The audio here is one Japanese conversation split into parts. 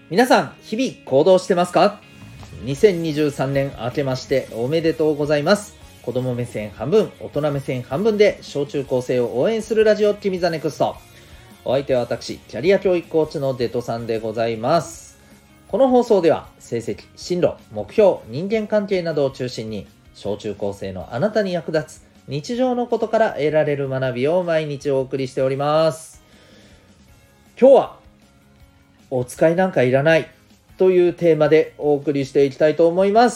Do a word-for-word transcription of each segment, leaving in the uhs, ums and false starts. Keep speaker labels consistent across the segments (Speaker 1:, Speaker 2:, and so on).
Speaker 1: 皆さん、日々行動してますか？ にせんにじゅうさん 年明けましておめでとうございます。子供目線半分、大人目線半分で小中高生を応援するラジオ、君ザネクスト。お相手は私、キャリア教育コーチのデトさんでございます。この放送では成績、進路、目標、人間関係などを中心に小中高生のあなたに役立つ日常のことから得られる学びを毎日お送りしております。今日はお使いなんかいらないというテーマでお送りしていきたいと思います。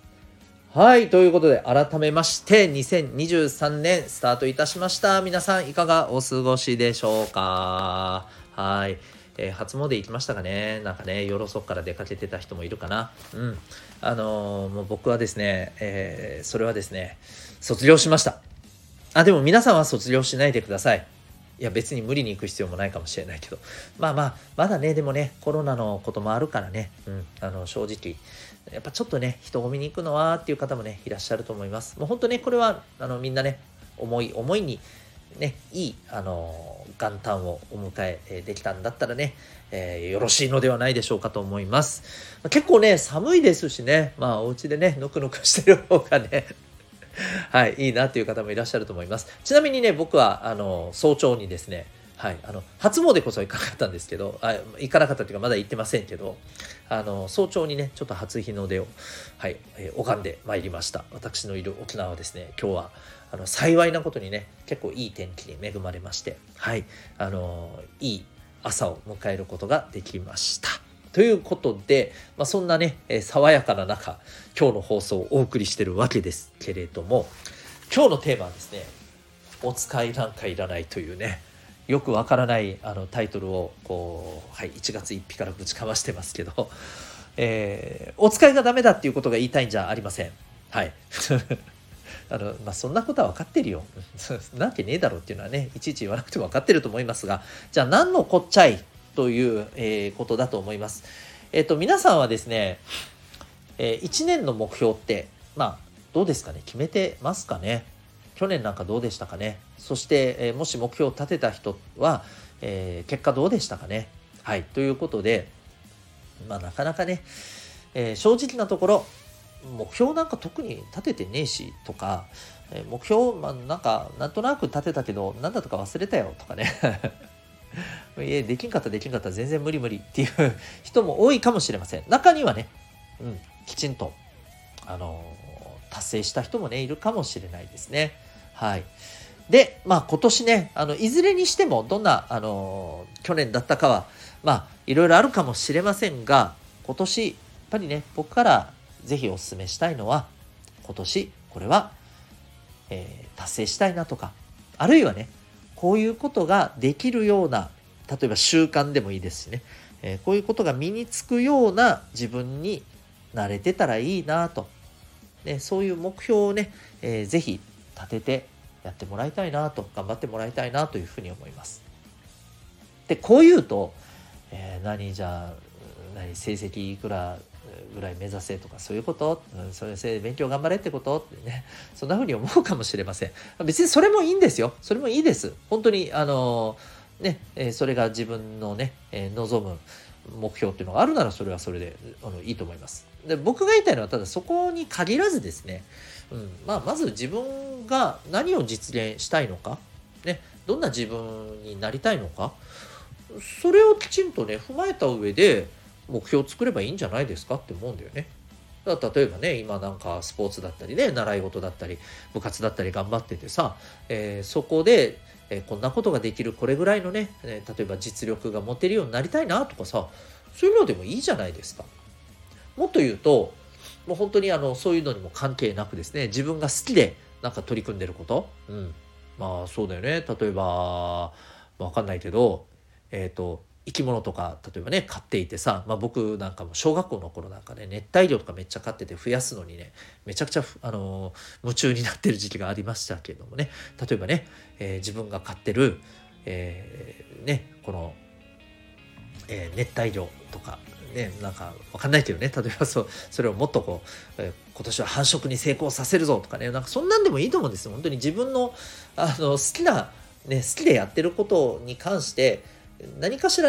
Speaker 1: はい、ということで改めましてにせんにじゅうさんねんスタートいたしました。皆さんいかがお過ごしでしょうか？はい、えー、初詣行きましたかね。なんかね、夜遅くから出かけてた人もいるかな。うんあのー、もう僕はですね、えー、それはですね卒業しました。あでも皆さんは卒業しないでください。いや別に無理に行く必要もないかもしれないけど、まあまあまだね、でもねコロナのこともあるからね、うん、あの正直やっぱちょっとね人混みに行くのはっていう方もねいらっしゃると思います。もう本当ねこれはあのみんなね思い思いにねいいあの元旦をお迎えできたんだったらね、えー、よろしいのではないでしょうかと思います。結構ね寒いですしね、まあお家でねぬくぬくしてる方がねはい、いいなという方もいらっしゃると思います。ちなみにね、僕はあの早朝にですね、はい、あの初詣こそ行かなかったんですけど、あ行かなかったというかまだ行ってませんけど、あの早朝にねちょっと初日の出を、はい、えー、拝んでまいりました。私のいる沖縄はですね、今日はあの幸いなことにね結構いい天気に恵まれまして、はい、あのいい朝を迎えることができました。ということで、まあ、そんなね、えー、爽やかな中今日の放送をお送りしてるわけですけれども、今日のテーマはですね、お使いなんかいらないというね、よくわからないあのタイトルをこう、はい、いちがつついたちからぶちかましてますけど、えー、お使いがダメだっていうことが言いたいんじゃありません。はいあのまあ、そんなことは分かってるよなわけねえだろうっていうのはねいちいち言わなくても分かってると思いますが、じゃあ何のこっちゃいという、えー、ことだと思います。えっと皆さんはですね、えー、いちねんの目標ってまあどうですかね、決めてますかね。去年なんかどうでしたかね。そして、えー、もし目標を立てた人は、えー、結果どうでしたかね。はいということで、まあなかなかね、えー、正直なところ目標なんか特に立ててねえしとか、えー、目標、まあ、なんかなんとなく立てたけど何だったか忘れたよとかねいやできんかったできんかった全然無理無理っていう人も多いかもしれません。中にはね、うん、きちんと、あのー、達成した人もねいるかもしれないですね。はい。で、まあ今年ね、あのいずれにしてもどんな、あのー、去年だったかはまあいろいろあるかもしれませんが、今年やっぱりね僕からぜひお勧めしたいのは、今年これは、えー、達成したいなとか、あるいはねこういうことができるような、例えば習慣でもいいですしね、えー、こういうことが身につくような自分になれてたらいいなと、ね、そういう目標をね、えー、ぜひ立ててやってもらいたいなと、頑張ってもらいたいなというふうに思います。でこう言うと、えー、何じゃあ何成績いくらぐらい目指せとかそういうこと、うん、それで勉強頑張れってことってね、そんな風に思うかもしれません。別にそれもいいんですよ。それもいいです。本当にあのー、ね、えー、それが自分のね、えー、望む目標っていうのがあるならそれはそれであのいいと思います。で僕が言いたいのはただそこに限らずですね、うんまあ、まず自分が何を実現したいのか、ね、どんな自分になりたいのか、それをきちんとね踏まえた上で目標を作ればいいんじゃないですかって思うんだよね。だから例えばね今なんかスポーツだったりね習い事だったり部活だったり頑張っててさ、えー、そこで、えー、こんなことができるこれぐらいのね、えー、例えば実力が持てるようになりたいなとかさ、そういうのでもいいじゃないですか。もっと言うともう本当にあのそういうのにも関係なくですね、自分が好きでなんか取り組んでること、うん、まあそうだよね。例えばわかんないけどえっと生き物とか例えばね飼っていてさ、まあ、僕なんかも小学校の頃なんかね熱帯魚とかめっちゃ飼ってて増やすのにねめちゃくちゃ、あのー、夢中になってる時期がありましたけどもね、例えばね、えー、自分が飼ってる、えー、ねこの、えー、熱帯魚とかね、なんかわかんないけどね、例えばそうそれをもっとこう、えー、今年は繁殖に成功させるぞとかね、なんかそんなんでもいいと思うんですよ。本当に自分の、あの好きな、ね、好きでやってることに関して何かしらね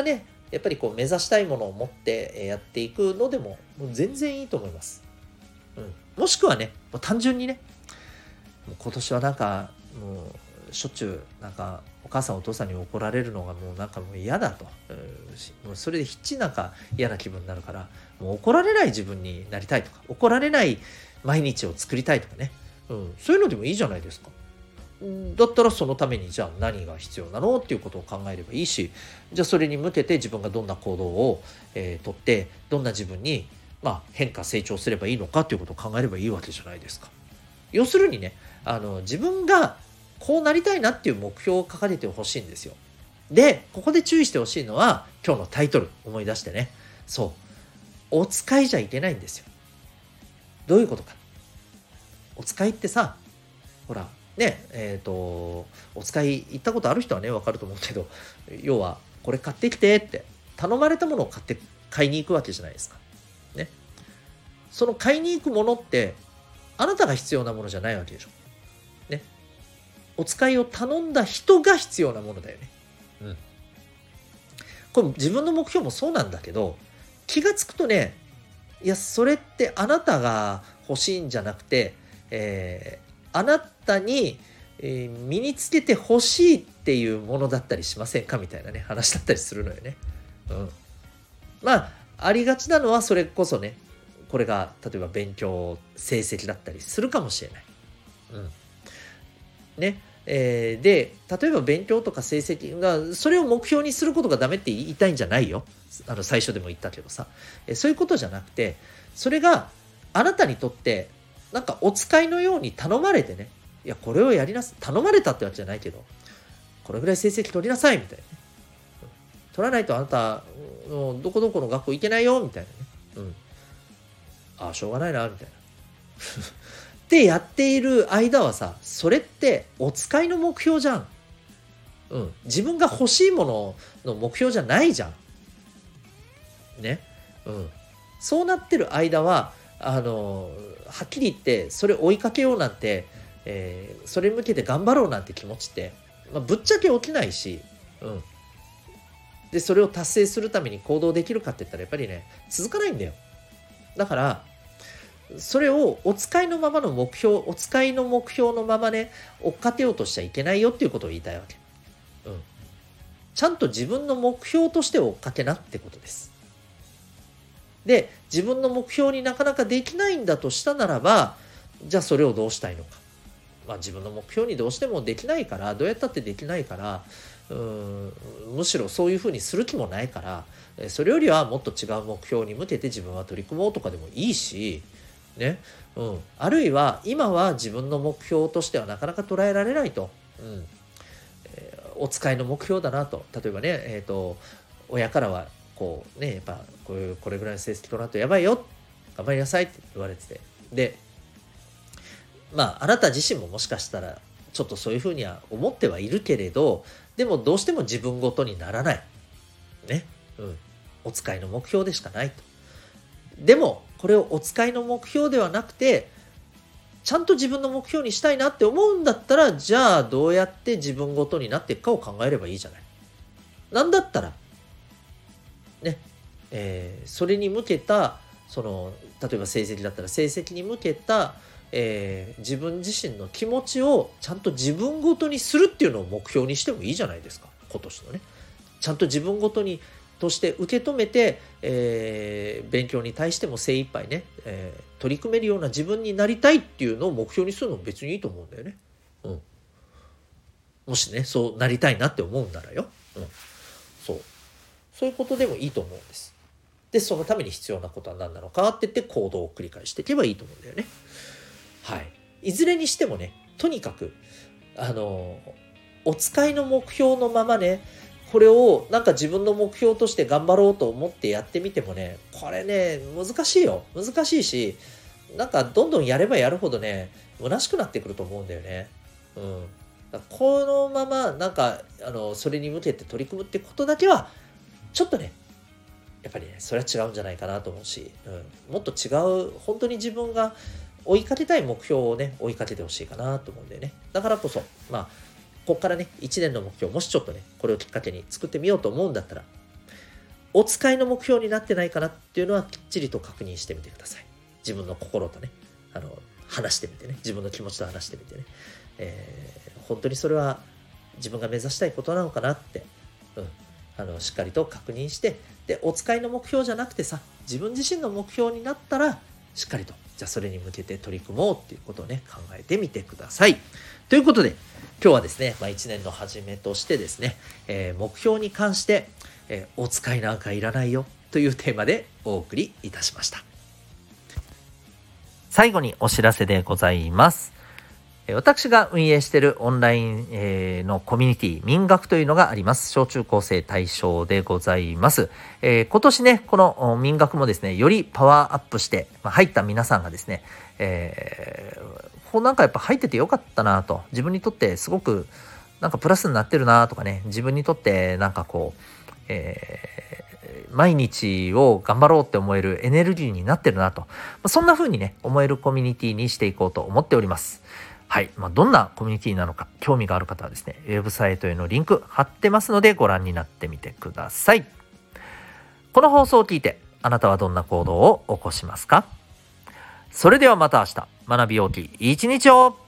Speaker 1: やっぱりこう目指したいものを持ってやっていくのでももう全然いいと思います。うん、もしくはね、もう単純にね、もう今年はなんかもうしょっちゅうなんかお母さんお父さんに怒られるのがもうなんかもう嫌だと、うん、もうそれでひっちなんか嫌な気分になるから、もう怒られない自分になりたいとか、怒られない毎日を作りたいとかね、うん、そういうのでもいいじゃないですか。だったらそのためにじゃあ何が必要なのっていうことを考えればいいし、じゃあそれに向けて自分がどんな行動を、えー、とってどんな自分に、まあ、変化成長すればいいのかっていうことを考えればいいわけじゃないですか。要するにね、あの自分がこうなりたいなっていう目標を掲げてほしいんですよ。でここで注意してほしいのは今日のタイトル思い出してね、そうお使いじゃいけないんですよ。どういうことか。お使いってさ、ほらねえっ、ー、とお使い行ったことある人はね分かると思うけど、要はこれ買ってきてって頼まれたものを買って買いに行くわけじゃないですか。ね。その買いに行くものってあなたが必要なものじゃないわけでしょ。ね。お使いを頼んだ人が必要なものだよね。うん。これ自分の目標もそうなんだけど、気がつくとね、いやそれってあなたが欲しいんじゃなくて、えーあなたに、えー、身につけてほしいっていうものだったりしませんかみたいなね話だったりするのよね。うん、まあありがちなのはそれこそね、これが例えば勉強成績だったりするかもしれない。うんねえー、で例えば勉強とか成績がそれを目標にすることがダメって言いたいんじゃないよ。あの最初でも言ったけどさ、えー、そういうことじゃなくて、それがあなたにとってなんかお使いのように頼まれてね、いやこれをやりなさい、頼まれたってわけじゃないけど、これぐらい成績取りなさいみたいなね、取らないとあなたどこどこの学校行けないよみたいなね、うん、ああしょうがないなみたいなってやっている間はさ、それってお使いの目標じゃん。うん、自分が欲しいものの目標じゃないじゃんね。うん、そうなってる間はあのはっきり言ってそれ追いかけようなんて、えー、それに向けて頑張ろうなんて気持ちって、まあ、ぶっちゃけ起きないし、うん、でそれを達成するために行動できるかって言ったらやっぱりね続かないんだよ。だからそれをお使いのままの目標、お使いの目標のままね追っかけようとしちゃいけないよっていうことを言いたいわけ。うん、ちゃんと自分の目標として追っかけなってことです。で自分の目標になかなかできないんだとしたならば、じゃあそれをどうしたいのか。まあ自分の目標にどうしてもできないから、どうやったってできないから、うーんむしろそういうふうにする気もないから、それよりはもっと違う目標に向けて自分は取り組もうとかでもいいしね、うん、あるいは今は自分の目標としてはなかなか捉えられないと、うんえー、お使いの目標だなと。例えばね、えーと、親からはこうね、やっぱこういうこれぐらいの成績取らないとやばいよ、頑張りなさいって言われてて、でまああなた自身ももしかしたらちょっとそういうふうには思ってはいるけれど、でもどうしても自分ごとにならないね、うん、お使いの目標でしかないと。でもこれをお使いの目標ではなくてちゃんと自分の目標にしたいなって思うんだったら、じゃあどうやって自分ごとになっていくかを考えればいいじゃない。なんだったらね、えー、それに向けたその例えば成績だったら成績に向けた、えー、自分自身の気持ちをちゃんと自分ごとにするっていうのを目標にしてもいいじゃないですか。今年のね、ちゃんと自分ごとにとして受け止めて、えー、勉強に対しても精一杯ね、えー、取り組めるような自分になりたいっていうのを目標にするのも別にいいと思うんだよね。うん、もしねそうなりたいなって思うんならよ、うん、そうそういうことでもいいと思うんです。でそのために必要なことは何なのかって言って行動を繰り返していけばいいと思うんだよね。はい。いずれにしてもね、とにかくあのお使いの目標のままね、これをなんか自分の目標として頑張ろうと思ってやってみてもね、これね難しいよ。難しいし、なんかどんどんやればやるほどね虚しくなってくると思うんだよね。うん。このままなんかあのそれに向けて取り組むってことだけはちょっとねやっぱりねそれは違うんじゃないかなと思うし、うん、もっと違う本当に自分が追いかけたい目標をね追いかけてほしいかなと思うんだよね。だからこそまあここからねいちねんの目標もしちょっとねこれをきっかけに作ってみようと思うんだったら、 お使いの目標になってないかなっていうのはきっちりと確認してみてください。自分の心とね、あの話してみてね、自分の気持ちと話してみてね、えー、本当にそれは自分が目指したいことなのかなって、うん、あのしっかりと確認して、でお使いの目標じゃなくてさ、自分自身の目標になったらしっかりとじゃあそれに向けて取り組もうっていうことをね考えてみてください。ということで今日はですね、まあ、いちねんの初めとしてですね、えー、目標に関して、えー、お使いなんかいらないよというテーマでお送りいたしました。最後にお知らせでございます。私が運営しているオンラインのコミュニティ民学というのがあります。小中高生対象でございます。えー、今年ねこの民学もですねよりパワーアップして、まあ、入った皆さんがですね、えー、こうなんかやっぱ入っててよかったなと、自分にとってすごくなんかプラスになってるなとかね、自分にとってなんかこう、えー、毎日を頑張ろうって思えるエネルギーになってるなと、そんな風にね思えるコミュニティにしていこうと思っております。はい、まあ、どんなコミュニティなのか興味がある方はですね、ウェブサイトへのリンク貼ってますのでご覧になってみてください。この放送を聞いてあなたはどんな行動を起こしますか？それではまた明日、学び大きい一日を。